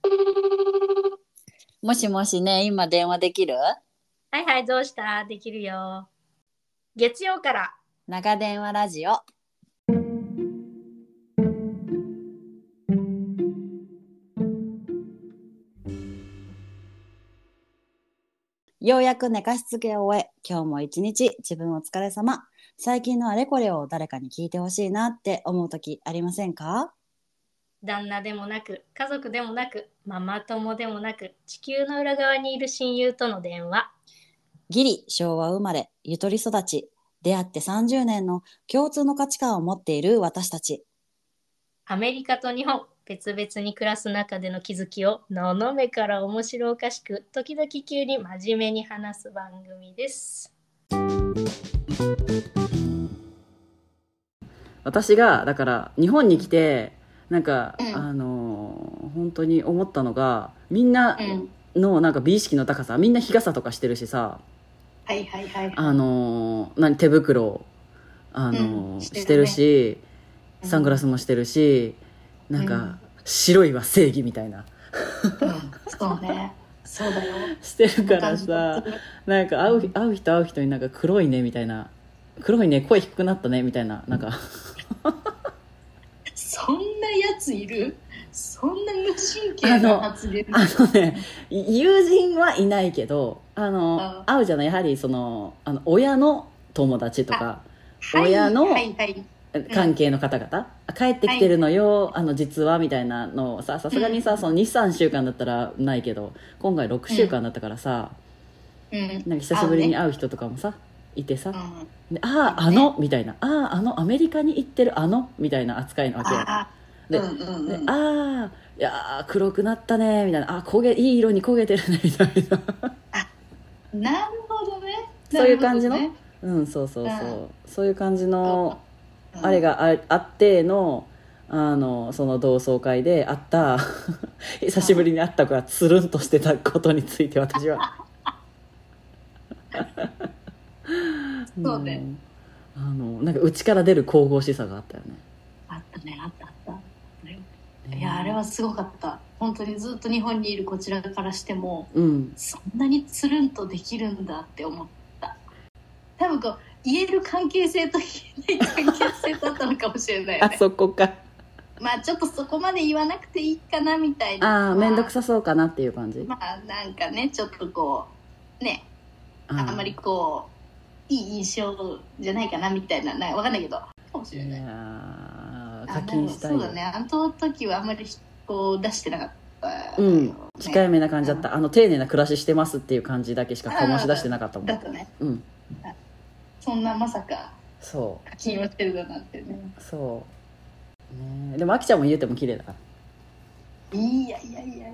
もしもしね、今電話できる？ はいはい、どうした？できるよ。月曜から長電話ラジオ。ようやく寝かしつけを終え、今日も一日自分お疲れ様。最近のあれこれを誰かに聞いてほしいなって思う時ありませんか？ 旦那でもなく、家族でもなく、ママ友でもなく、地球の裏側にいる親友との電話。 ギリ昭和生まれ、ゆとり育ち、出会って30年の共通の価値観を持っている私たち。 アメリカと日本、別々に暮らす中での気づきを、ののめから面白おかしく、時々急に真面目に話す番組です。 私がだから日本に来てなんか、本当に思ったのが、みんなのなんか美意識の高さ、みんな日傘とかしてるしさ、 はいはいはい。 手袋してるし、サングラス。 スもしてるし、なんか、白いは正義みたいなそうね。そうだよ。 してるからさ、なんか会う人になんか黒いねみたいな、黒いね、声低くなったねみたいな、なんかそんなやついる？そんな無神経な発言。 友人はいないけど、会うじゃない、やはりその親の友達とか、親の関係の方々、帰ってきてるのよ、実はみたいなのをさすがにさ、その 2,3 週間だったらないけど、今回6週間だったからさ、なんか久しぶりに会う人とかもさいてさ、でみたいな、アメリカに行ってるみたいな扱いなわけよ。で、いや黒くなったねみたいな、いい色に焦げてるねみたいな。 なるほどね。 そういう感じの、そういう感じのあれがあっての、その同窓会で会った久しぶりに会った子がつるんとしてたことについて、私はそうね、 なんか内から出る神々しさがあったよね。 あったね、あった。いや、あれはすごかった。本当にずっと日本にいるこちらからしても、そんなにつるんとできるんだって思った。多分こう言える関係性と言えない関係性だったのかもしれないよね。 そこか。 まあちょっとそこまで言わなくていいかなみたいな。 面倒くさそうかなっていう感じ。 まあなんかね、ちょっとこうね、あんまりこういい印象じゃないかなみたいな、わかんないけど、かもしれない。 課金したいよ。 そうだね、あの時はあんまりこう出してなかった、 控えめな感じだった。丁寧な暮らししてますっていう感じだけしか醸し出してなかったもん。 だったね。そんなまさか課金をしてるだなんてね。 そうね。でもあきちゃんも言うても綺麗だから。 いや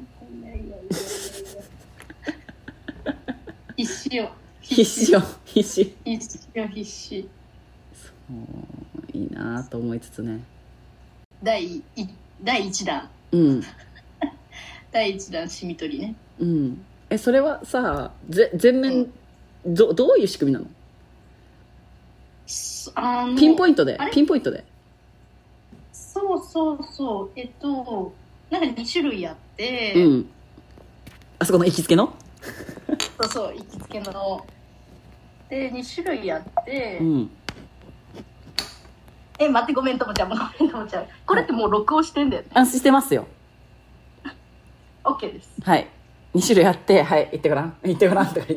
必死。 そういいなと思いつつね。 第1弾第1弾しみ取りね。 それはさ、全面、どういう仕組みなの？ピンポイントでそうなんか2種類あって、 あそこの行きつけの行きつけので2種類あって、待って、ごめんともちゃん、これってもう録音してんだよね？ してますよ。 OK です。 はい、2種類あって、はい、言ってごらんとか言って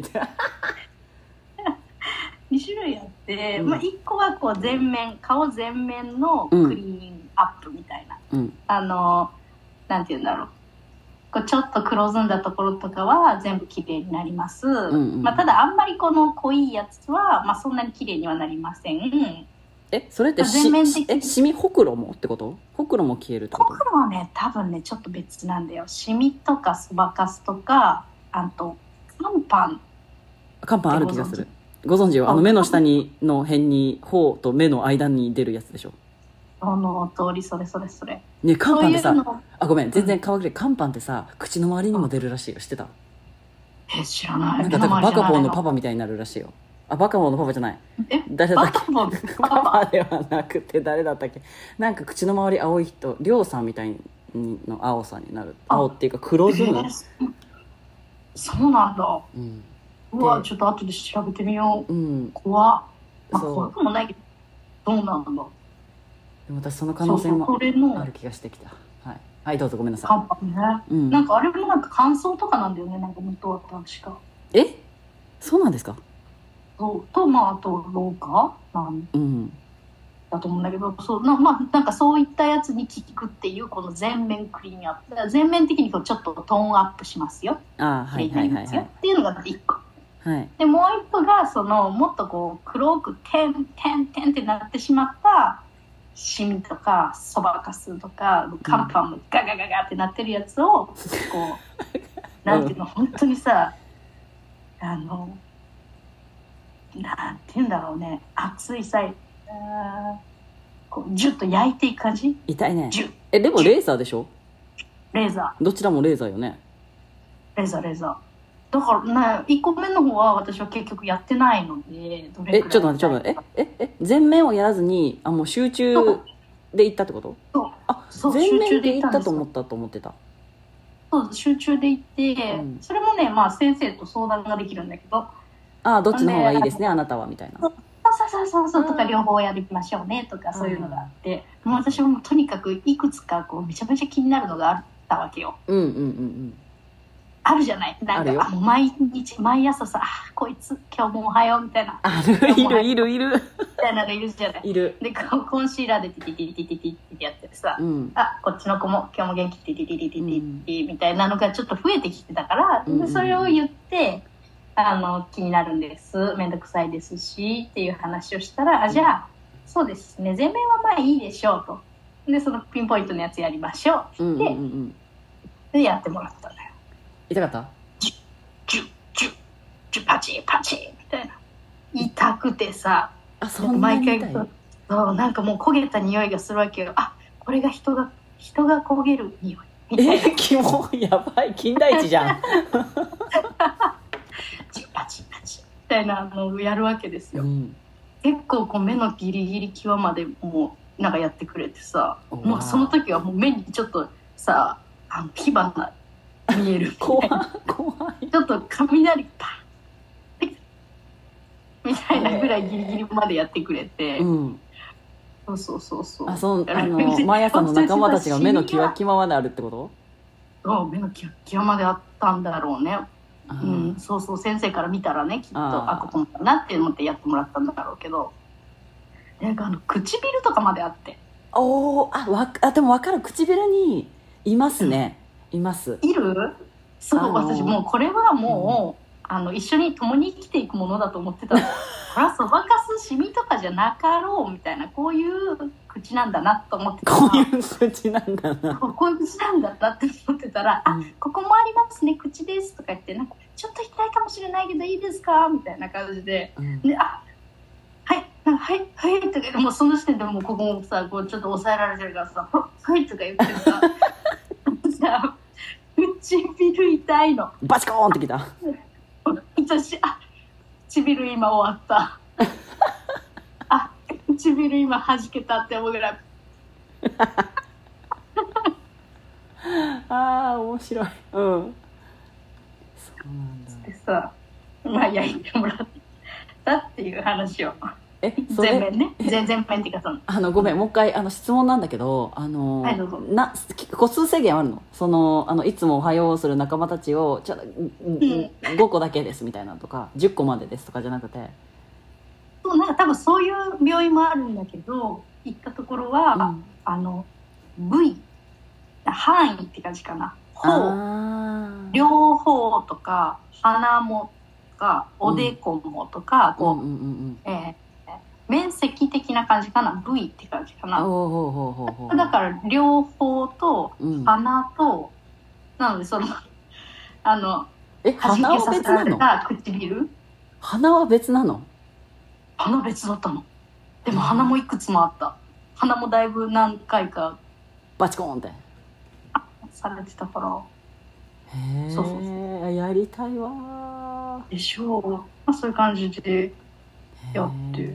2種類あって、1個はこう顔全面のクリーンアップみたいな、なんていうんだろう、こうちょっと黒ずんだところとかは全部きれいになります。ただあんまりこの濃いやつは、そんなにきれいにはなりません。 それってシミほくろもってこと？ほくろも消えるってこと？ ほくろはね、多分ねちょっと別なんだよ。シミとかそばかすとか、あと乾パンある気がする。ご存知よ。目の下の辺に頬と目の間に出るやつでしょ。 その通り、それね、乾パンってさ、ごめん、全然乾くれ。乾パンってさ、口の周りにも出るらしいよ。知ってた？ 知らない。 なんかバカボンのパパみたいになるらしいよ。バカボンのパパじゃない。誰だったっけ？パパではなくて誰だったっけ？なんか口の周り青い人、りょうさんみたいの青さになる。青っていうか黒ずむ、 そうなんだ。 うん、 うわ、ちょっと後で調べてみよう。 うん、 怖っ。怖くもないけど、どうなんだ。でも私その可能性もある気がしてきた。はい、はい、どうぞごめんなさい。 乾パンね、うん、なんかあれもなんか乾燥とかなんだよね、なんか元は確か。 そうなんですか。 そうと、まああと老化なん、 うん、 だと思うんだけど、なんかそういったやつに効くっていうこの全面クリーンアップ、全面的にこうちょっとトーンアップしますよ、 はいはいはいはい、 っていうのが1個、 はい、 でもう1個がそのもっとこう黒く点ってなってしまったシミとかそばかすとか乾パンもガガガガってなってるやつをこうなんていうの、本当にさ、なんていうんだろうね、熱いさ、こうジュッと焼いていく感じ。 痛いね。でもレーザーでしょ。 レーザー、 どちらもレーザーよね。 レーザーだからね、1個目の方は私は結局やってないので、どれくらいちょっと待って全面をやらずにもう集中で行ったってこと？そう全面で行ったと思ってた。 そう集中で行って、うん、それもね、まあ先生と相談ができるんだけど、 どっちの方がいいですねあなたはみたいな。 そうとか両方やりましょうねとかそういうのがあって、もう私もとにかくいくつかこうめちゃめちゃ気になるのがあったわけよ。あるじゃない、なんか毎日毎朝さ、こいつ今日もおはようみたいな、 いるみたいなのがいるじゃない。 いる。 でコンシーラーでティティティティティってやってさ、こっちの子も今日も元気ティティティティティティみたいなのがちょっと増えてきてたから、でそれを言って気になるんです、めんどくさいですしっていう話をしたら、じゃあそうですね、全面はまあいいでしょうと、でそのピンポイントのやつやりましょうって、でやってもらったのよ。 痛かった？ ジュパチパチみたいな、痛くてさ、毎回そうなんかもう焦げた匂いがするわけよ。これが人が焦げる匂いみたいな。 キモい、やばい、金田一じゃん。 パチパチみたいなのをやるわけですよ、結構こう目のギリギリ際までもうなんかやってくれてさ、もうその時はもう目にちょっとさ火花見えるみたいな怖い、ちょっと雷パンみたいなぐらいギリギリまでやってくれて、そう毎朝の仲間たちが目の際まであるってこと？ そう、目の際まであったんだろうね。そう先生から見たらね、きっとここだなって思ってやってもらったんだろうけど、なんか唇とかまであって、 でも分かる、唇にいますね、います。 いる？そう、私もうこれはもう、一緒に共に生きていくものだと思ってたの。これはそばかすシミとかじゃなかろうみたいな、こういう口なんだなと思ってたら、 こういう口なんだなこういう口なんだなって思ってたら、ここもありますね、口ですとか言って、なんかちょっと痛いかもしれないけどいいですかみたいな感じで、ではいとか、もうその時点でもうここもさ、こうちょっと抑えられてるからさ、はいとか言ってささ、唇痛いの、 バチコーンってきた。 私唇今終わった唇今弾けたって思うぐらい面白い。そうなんだ。 でさ、焼いてもらったっていう話を。全面ね、全面っていうかごめん、もう一回質問なんだけど、 はいどうぞ。 個数制限あるの？いつもおはようする仲間たちを5個だけですみたいなとか10個までですとかじゃなくて、 なんか多分そういう病院もあるんだけど、行ったところは、部位範囲って感じかな。両方とか鼻もとかおでこもとか、面積的な感じかな、部位って感じかな。だから両方と鼻と、なのでその鼻は別なの？ 唇、 鼻は別なの？ 鼻別だったの。でも鼻もいくつもあった。鼻もだいぶ何回かバチコーンってされてたから。 やりたいわでしょう。そういう感じでやって、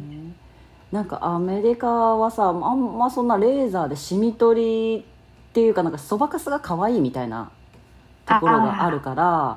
なんかアメリカはさ、あんまそんなレーザーでシミ取りっていうかなんかそばかすが可愛いみたいなところがあるから、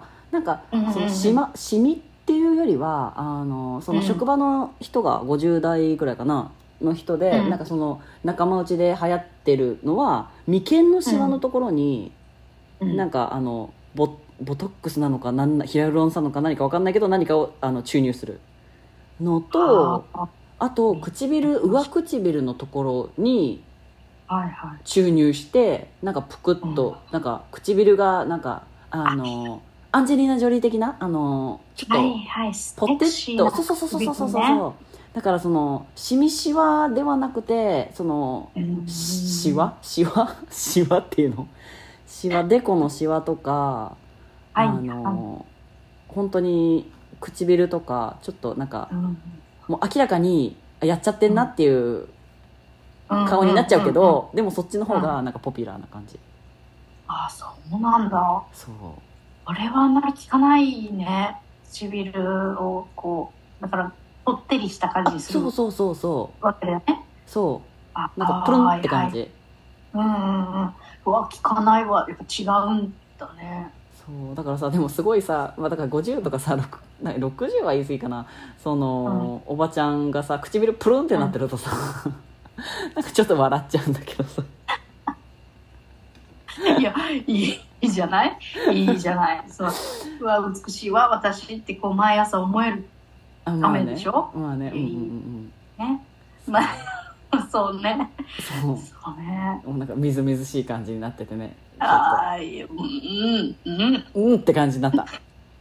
なんかそのシミっていうよりはその職場の人が50代ぐらいかなの人で、なんかその仲間内で流行ってるのは眉間のシワのところに、なんかボトックスなのかヒアルロン酸なのか何か分かんないけど何かを注入するのと、あと上唇のところに注入してなんかぷくっと、なんか唇がなんかアンジェリーナ・ジョリー的なちょっとポテッと、そうだからそのシミシワではなくてそのシワっていうのシワデコのシワとか本当に唇とかちょっとなんか、もう明らかにやっちゃってんなっていう顔になっちゃうけど、でもそっちの方がなんかポピュラーな感じ。 あ、そうなんだ。 そう、 これはあんまり聞かないね。唇をこうだからぽってりした感じする。 そうわけだよね。 そうなんかプルンって感じ。 うわ、聞かないわ。やっぱ違うんだね。 そうだからさ、でもすごいさ、だから50とかさ60は言い過ぎかな、その、おばちゃんがさ唇プルンってなってるとさ、なんかちょっと笑っちゃうんだけどさいや、いいじゃない、いいじゃない。そう美しいわ私ってこう毎朝思えるためでしょ。 まあね、 ね、まあそうね、 そうね、もうなんかみずみずしい感じになっててね、って感じになった。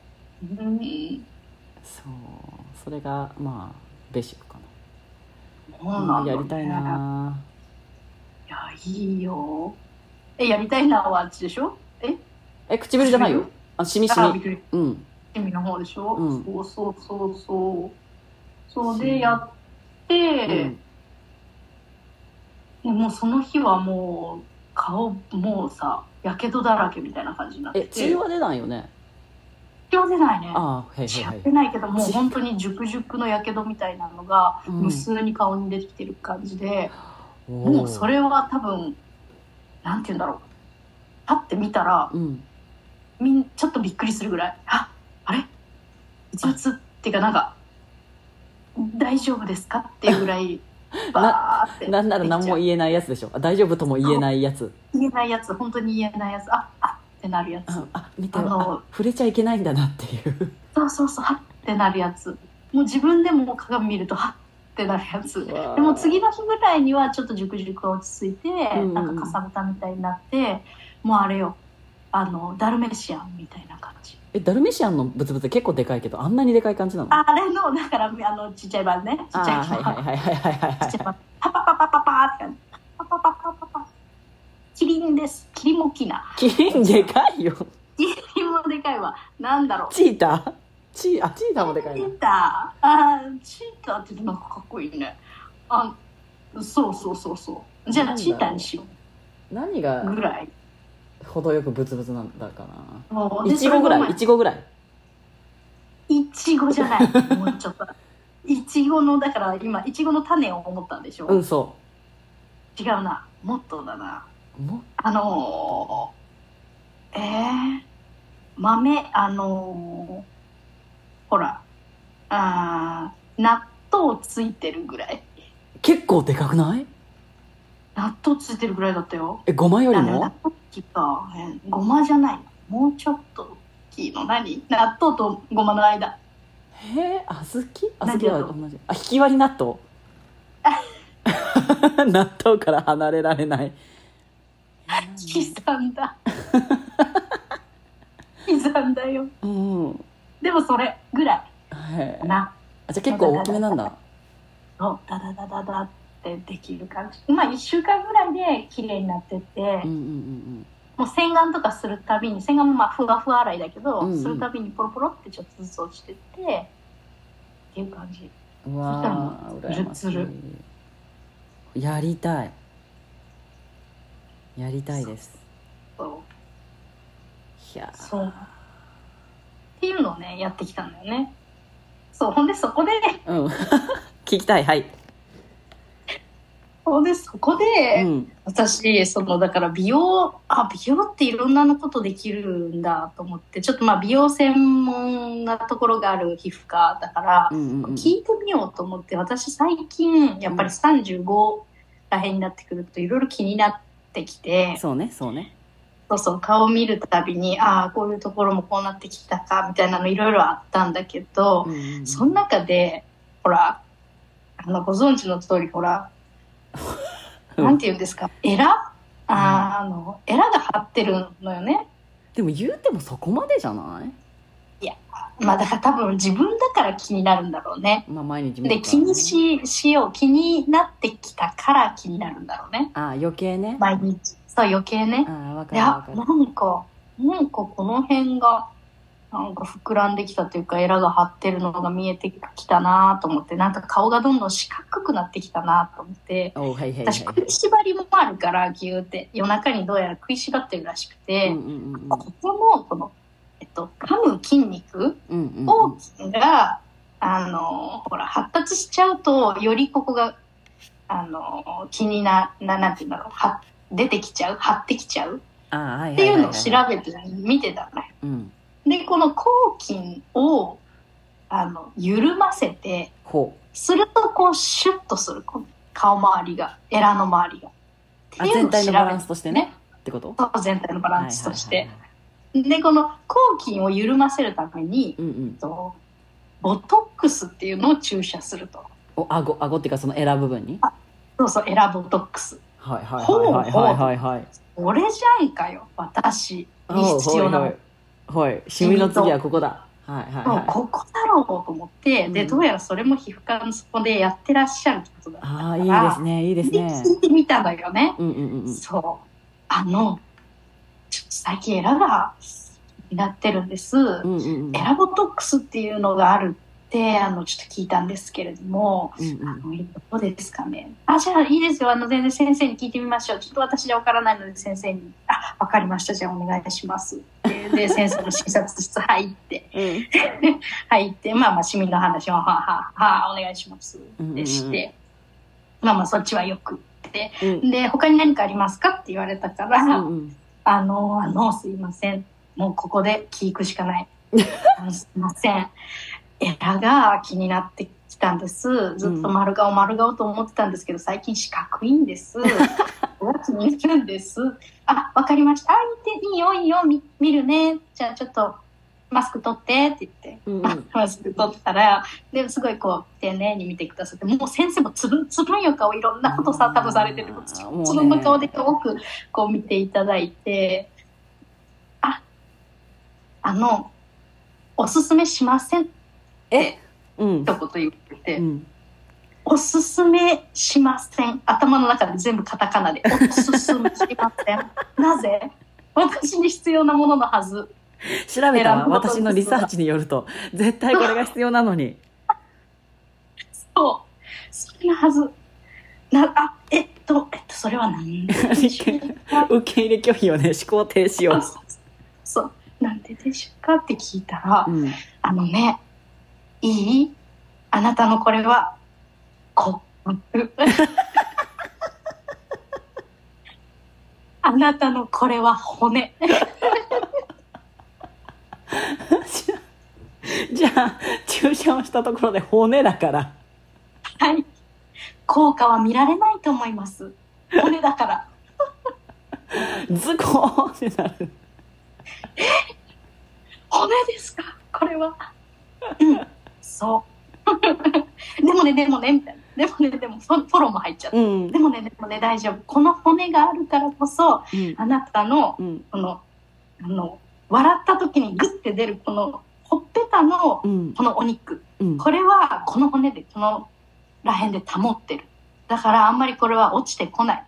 それがまあベーシックかな。やりたいな。 いや、いいよ。やりたいなはあっちでしょ。 唇じゃないよ。シミ。 シミの方でしょ。そうでやって、もうその日はもう顔もうさやけどだらけみたいな感じになってて。 血は出ないよね。 血は出ないね。 血は出ないけど、もう本当に熟々のやけどみたいなのが無数に顔に出てきてる感じで、もうそれは多分なんて言うんだろう、パッて見たら、ちょっとびっくりするぐらい、あれうつうつっていうか、なんか大丈夫ですかっていうぐらいバーってなんなら何も言えないやつでしょ。大丈夫とも言えないやつ、 本当に言えないやつ、ってなるやつ、 見て触れちゃいけないんだなっていう、 そうはってなるやつ、もう自分でも鏡見るとはってなるやつで、も次の日ぐらいにはちょっと熟々が落ち着いて、なんかかさぶたみたいになって、もうあれよ、ダルメシアンみたいな感じ。 ダルメシアンのブツブツ結構でかいけど、あんなにでかい感じなの？ あれのだからちっちゃい版ね、ちっちゃい版、ちっちゃい版、パパパパパパって感じ、パパパパパパ、キリンです。キリンも大きいな。 キリンでかいよ。 キリンもでかいわ。なんだろう。 チーターもでかいな。 チーターってなんかかっこいいね。そうじゃあチーターにしよう。 何がぐらい程よくブツブツなんだかな。 いちごぐらい。 いちごぐらい。 いちごじゃない。もうちょっと。いちごのだから今いちごの種を思ったんでしょ。 そう。 違うな。もっとだな。豆ほら納豆ついてるぐらい。 結構でかくない？ 納豆ついてるぐらいだったよ。 ごまよりも？ ごまじゃない、もうちょっと大きいの。何？納豆とごまの間。 小豆は同じ。ひき割り納豆納豆から離れられない。 刻んだ刻んだよ。でもそれぐらいな。 じゃあ結構大きめなんだ。 ダダダダダってできる感じ。1週間ぐらいで綺麗になってって、もう洗顔とかするたびに、洗顔もふわふわ洗いだけど、するたびにポロポロってちょっとずつ落ちてってっていう感じ。 うわー、羨ましい。やりたいです。 そうっていうのをねやってきたんだよね。ほんでそこで聞きたい。はい。 そこで、私だから美容っていろんなことできるんだと思って、ちょっと美容専門なところがある皮膚科だから、聞いてみようと思って、私最近やっぱり35らへんになってくるといろいろ気になってきて、 そうね顔を見るたびにこういうところもこうなってきたかみたいなのいろいろあったんだけど、その中でほらご存知の通りほらなんていうんですか、エラが張ってるのよね。 でも言うてもそこまでじゃない？ いやだから多分自分だから気になるんだろうね。 毎日見るからね。 で気にしよう、気になってきたから気になるんだろうね。 余計ね。 毎日余計ね。 わかるわかる。 なんかこの辺がなんか膨らんできたというか、エラが張ってるのが見えてきたなと思って、なんか顔がどんどん四角くなってきたなと思って、私食いしばりもあるからギューって夜中にどうやら食いしばってるらしくて、ここの噛む筋肉がほら発達しちゃうと、よりここが気になんていうんだろう、出てきちゃう、張ってきちゃうっていうのを調べて見てたのね。でこの抗筋を緩ませてするとこうシュッとする、この顔周りが、エラの周りがっていうのを調べて、 全体のバランスとしてねってこと？ そう、全体のバランスとして、でこの抗筋を緩ませるために、ボトックスっていうのを注射すると。 顎っていうかそのエラ部分に？ そうエラボトックス。これじゃんかよ、私に必要な。 シミの次はここだ。 ここだろうと思って、でどうやらそれも皮膚科のそこでやってらっしゃることだったから、 いいですね。 聞いてみたのよね。そう、ちょっと最近エラがなってるんです。エラボトックスっていうのがあるってちょっと聞いたんですけれども、どうですかね。じゃあいいですよ、全然先生に聞いてみましょう。ちょっと私じゃ分からないので先生に分かりました、じゃあお願いしますで先生の診察室入って入って、シミの話をお願いしますでして、そっちはよくって、で他に何かありますかって言われたから、すいません、もうここで聞くしかないすいません、エラが気になってきたんです。ずっと丸顔と思ってたんですけど、最近四角いんです。気になるんです。わかりました。いいよ、見るね。じゃあちょっとマスク取ってって言って、マスク取ったら、ですごいこう丁寧に見てくださって、もう先生もつるんよ顔、いろんなこと多分されてること、つるんの顔でよくこう見ていただいて、おすすめしませんって一言言って、おすすめしません、頭の中で全部カタカナでおすすめしませんなぜ？私に必要なもののはず。 調べたわ、私のリサーチによると絶対これが必要なのにそれのはずそれは何でしょうか受け入れ拒否をね、思考停止をそうなんででしょうかって聞いたら、いい？あなたのこれは骨格あなたのこれは骨じゃあ注射をしたところで骨だから、 効果は見られないと思います。骨だからズコーってなる。 骨ですかこれは。そうでもねみたいな、でもフォローも入っちゃって、でもね大丈夫、この骨があるからこそ、あなたのこの笑った時にグッて出るこのほっぺたのこのお肉、これはこの骨でこのらへんで保ってる。だからあんまりこれは落ちてこない。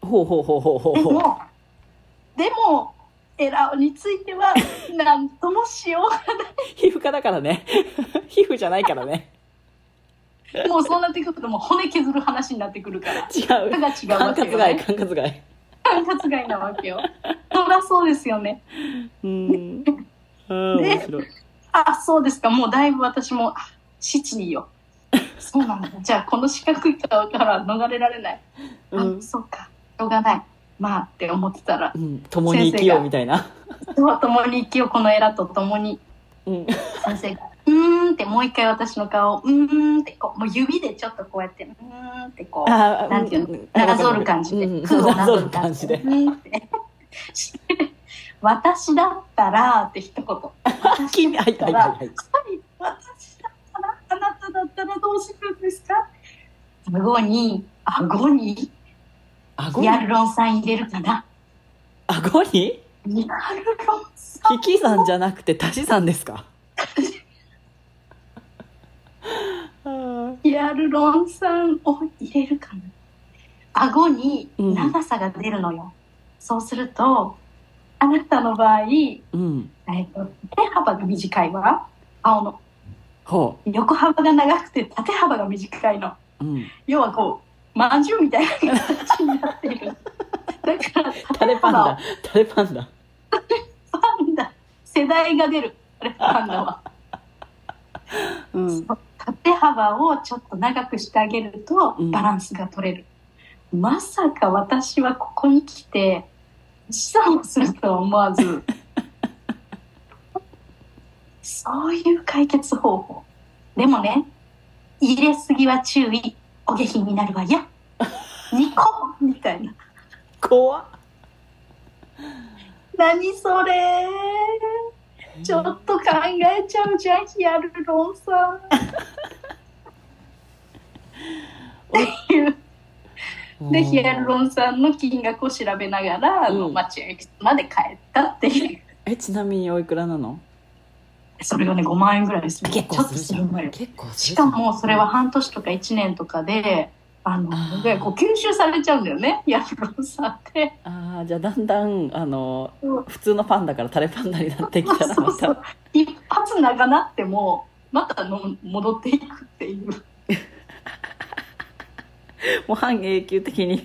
でもエラについては何ともしようがない皮膚科だからね皮膚じゃないからねもうそうなってくるともう骨削る話になってくるから、 違う、管轄外なわけよ。そりゃそうですよね。 面白い。 そうですか。もうだいぶ私も七によそうなんだ。じゃあこの四角い顔から逃れられない。そうか、しょうがない。まあって思ってたら、 共に生きようみたいな。 そう、共に生きよう、このエラと共に。先生がってもう一回私の顔をってこう、もう指でちょっとこうやってってこう、なんていうの、なぞる感じで、 なぞる感じでって私だったらって一言。私だったら、私だったら、あなただったらどうするんですか？顎にヒアルロン酸入れるかな。 顎に？ ヒアルロン酸。 引き算じゃなくて足し算ですか？ ヒアルロン酸を入れるかな。顎に長さが出るのよ。そうすると、あなたの場合、手幅が短いわ。青の。横幅が長くて縦幅が短いの。要はこう、まんじゅうみたいな形になってる。だからタレパンダ。 世代が出る。タレパンダは。縦幅をちょっと長くしてあげるとバランスが取れる。まさか私はここに来て資産をするとは思わずそういう解決方法。でもね、入れすぎは注意、お下品になるわよ。2個みたいな。 怖っ。 何それ、ちょっと考えちゃうじゃん、ヒアルロン酸っていう。でヒアルロン酸の金額を調べながら、待合室まで帰ったっていう。 ちなみにおいくらなの？ それがね5万円ぐらいでする。 結構するのよ。 しかもそれは半年とか1年とかででこう吸収されちゃうんだよね、ヒアルロン酸って。 じゃあだんだん普通のパンダからタレパンダになってきたらまた一発長なってもまた戻っていくっていうもう半永久的に。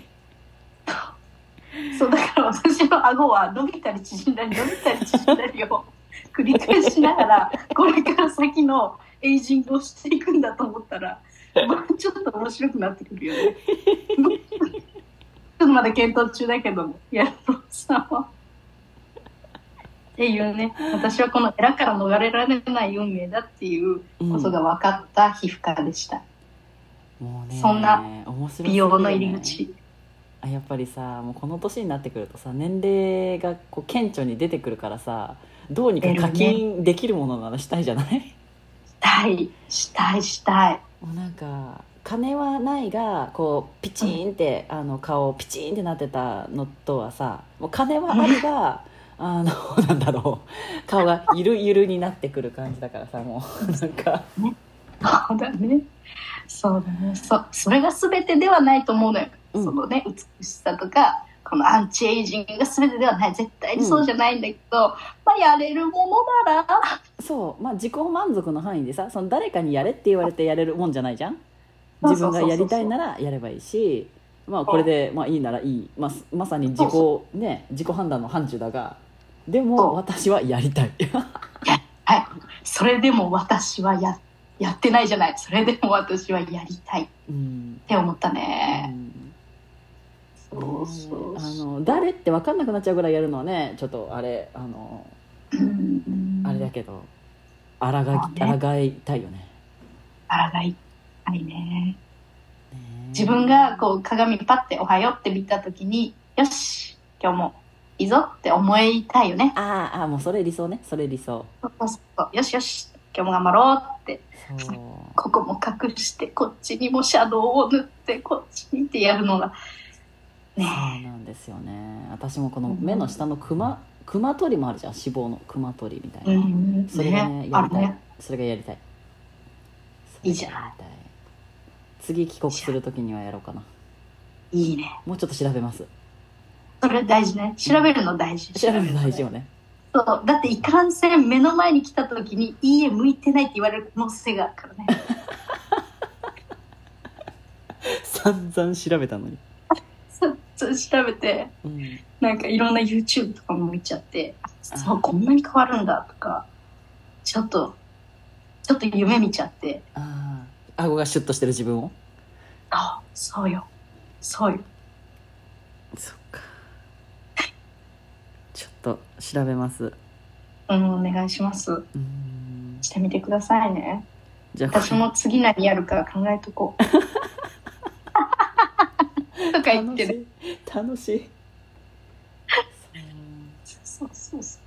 そうだから私の顎は伸びたり縮んだり伸びたり縮んだりを繰り返しながらこれから先のエイジングをしていくんだと思ったら、ちょっと面白くなってくるよね。ちょっとまだ検討中だけども、ヒアルロン酸はっていうね、私はこのエラから逃れられない運命だっていうことが分かった皮膚科でした。 もうね、 そんな美容の入り口。 やっぱりさ、もうこの年になってくるとさ、年齢がこう顕著に出てくるからさ、どうにか課金できるものならしたいじゃない？ したい。 もうなんか金はないがこうピチンって、顔ピチンってなってたのとはさ、もう金はあるがなんだろう、顔がゆるゆるになってくる感じだからさ、もうなんかそうだね。それが全てではないと思うのよ。そのね、美しさとかこのアンチエイジングが全てではない、絶対にそうじゃないんだけど、やれるものならそう、自己満足の範囲でさ、その誰かにやれって言われてやれるもんじゃないじゃん。自分がやりたいならやればいいし、これでいいならいい、まさに自己判断の範疇だが、でも私はやりたいはい、それでも私はやってないじゃない、それでも私はやりたいって思ったね。 誰って分かんなくなっちゃうぐらいやるのはね、ちょっとあれあれだけど、抗いたいよね。 抗いたいね。自分がこう鏡パッておはようって見た時に、よし今日もいいぞって思いたいよね。 もうそれ理想ね、それ理想。 そうよしよし今日も頑張ろうって、ここも隠してこっちにもシャドウを塗ってこっちにってやるのがそうなんですよね。私もこの目の下のクマ取りもあるじゃん、脂肪のクマ取りみたいな、それがねやりたい、それがやりたい。 いいじゃん。 次帰国する時にはやろうかな。 いいね。 もうちょっと調べます。 それ大事ね。調べるの大事。 調べるの大事よね。 そうだっていかんせん目の前に来た時にいいえ向いてないって言われる可能性があるからね。 散々調べたのに。 調べて、なんかいろんな YouTube とかも見ちゃって、そうこんなに変わるんだとか、ちょっと夢見ちゃって、 顎がシュッとしてる自分を。 あ、そうよ。そうよ。 そっか。ちょっと調べます。 お願いします。してみてくださいね。じゃあ私も次何やるか考えとこう。とか言ってる。 楽しい。 そうそうそう。